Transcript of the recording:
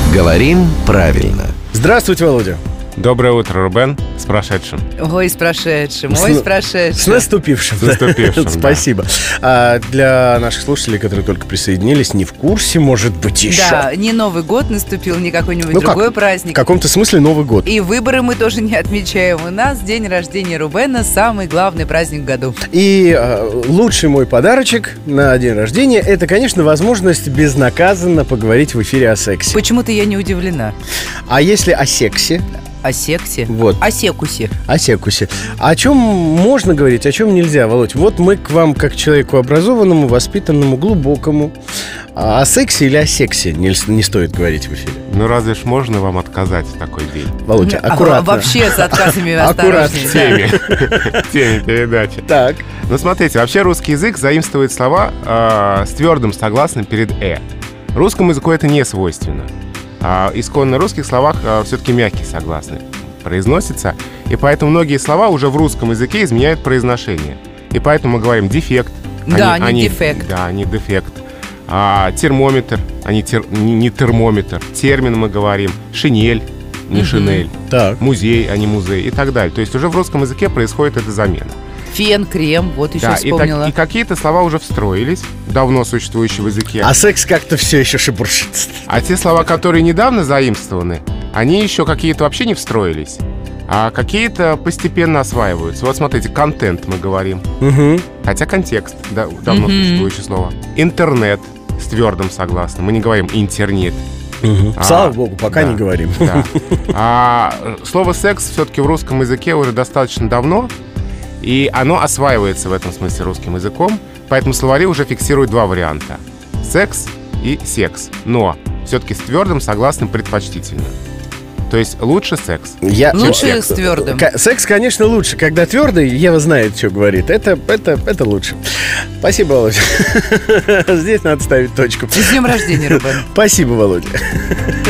Говорим правильно. Здравствуйте, Володя. Доброе утро, Рубен. С прошедшим. Ой, с прошедшим, ой, с прошедшим. С наступившим. С наступившим, да. Спасибо. А для наших слушателей, которые только присоединились, не в курсе, может быть, еще. Да, не Новый год наступил, не какой-нибудь другой праздник. В каком-то смысле Новый год. И выборы мы тоже не отмечаем. У нас день рождения Рубена, самый главный праздник в году. И лучший мой подарочек на день рождения — это, конечно, возможность безнаказанно поговорить в эфире о сексе. Почему-то я не удивлена. А если о сексе? О сексе? Вот. О секусе. О секусе. О чем можно говорить, о чем нельзя, Володь? Вот мы к вам, как человеку образованному, воспитанному, глубокому. О сексе или о сексе не стоит говорить в эфире? Ну, разве ж можно вам отказать в такой день? Володя, аккуратно. Вообще с отказами осторожнее. В теме передачи. Так. Ну, смотрите, вообще русский язык заимствует слова с твердым согласным перед «э». Русскому языку это не свойственно. Исконно в русских словах все-таки мягкий согласный произносится, и поэтому многие слова уже в русском языке изменяют произношение. И поэтому мы говорим «дефект». Да, не дефект. Да, не дефект. Термометр, не термометр. Термин мы говорим «шинель», не шинель. Так. Музей, а не музей и так далее. То есть уже в русском языке происходит эта замена. Фен, крем, вот еще да, вспомнила. И какие-то слова уже встроились, давно существующие в языке. А секс как-то все еще шебуршит. А те слова, которые недавно заимствованы, они еще какие-то вообще не встроились, а какие-то постепенно осваиваются. Вот смотрите, контент мы говорим. Угу. Хотя контекст, давно существующее слово. Интернет с твердым согласным. Мы не говорим интернет. Слава богу, пока не говорим. Да. Слово секс все-таки в русском языке уже достаточно давно. И оно осваивается в этом смысле русским языком, поэтому словари уже фиксируют два варианта – секс и секс, но все-таки с твердым согласным предпочтительно. То есть лучше секс. Лучше с твердым. Секс, конечно, лучше, когда твердый, Ева знает, что говорит. Это лучше. Спасибо, Володя. Здесь надо ставить точку. С днем рождения, Рубен. Спасибо, Володя.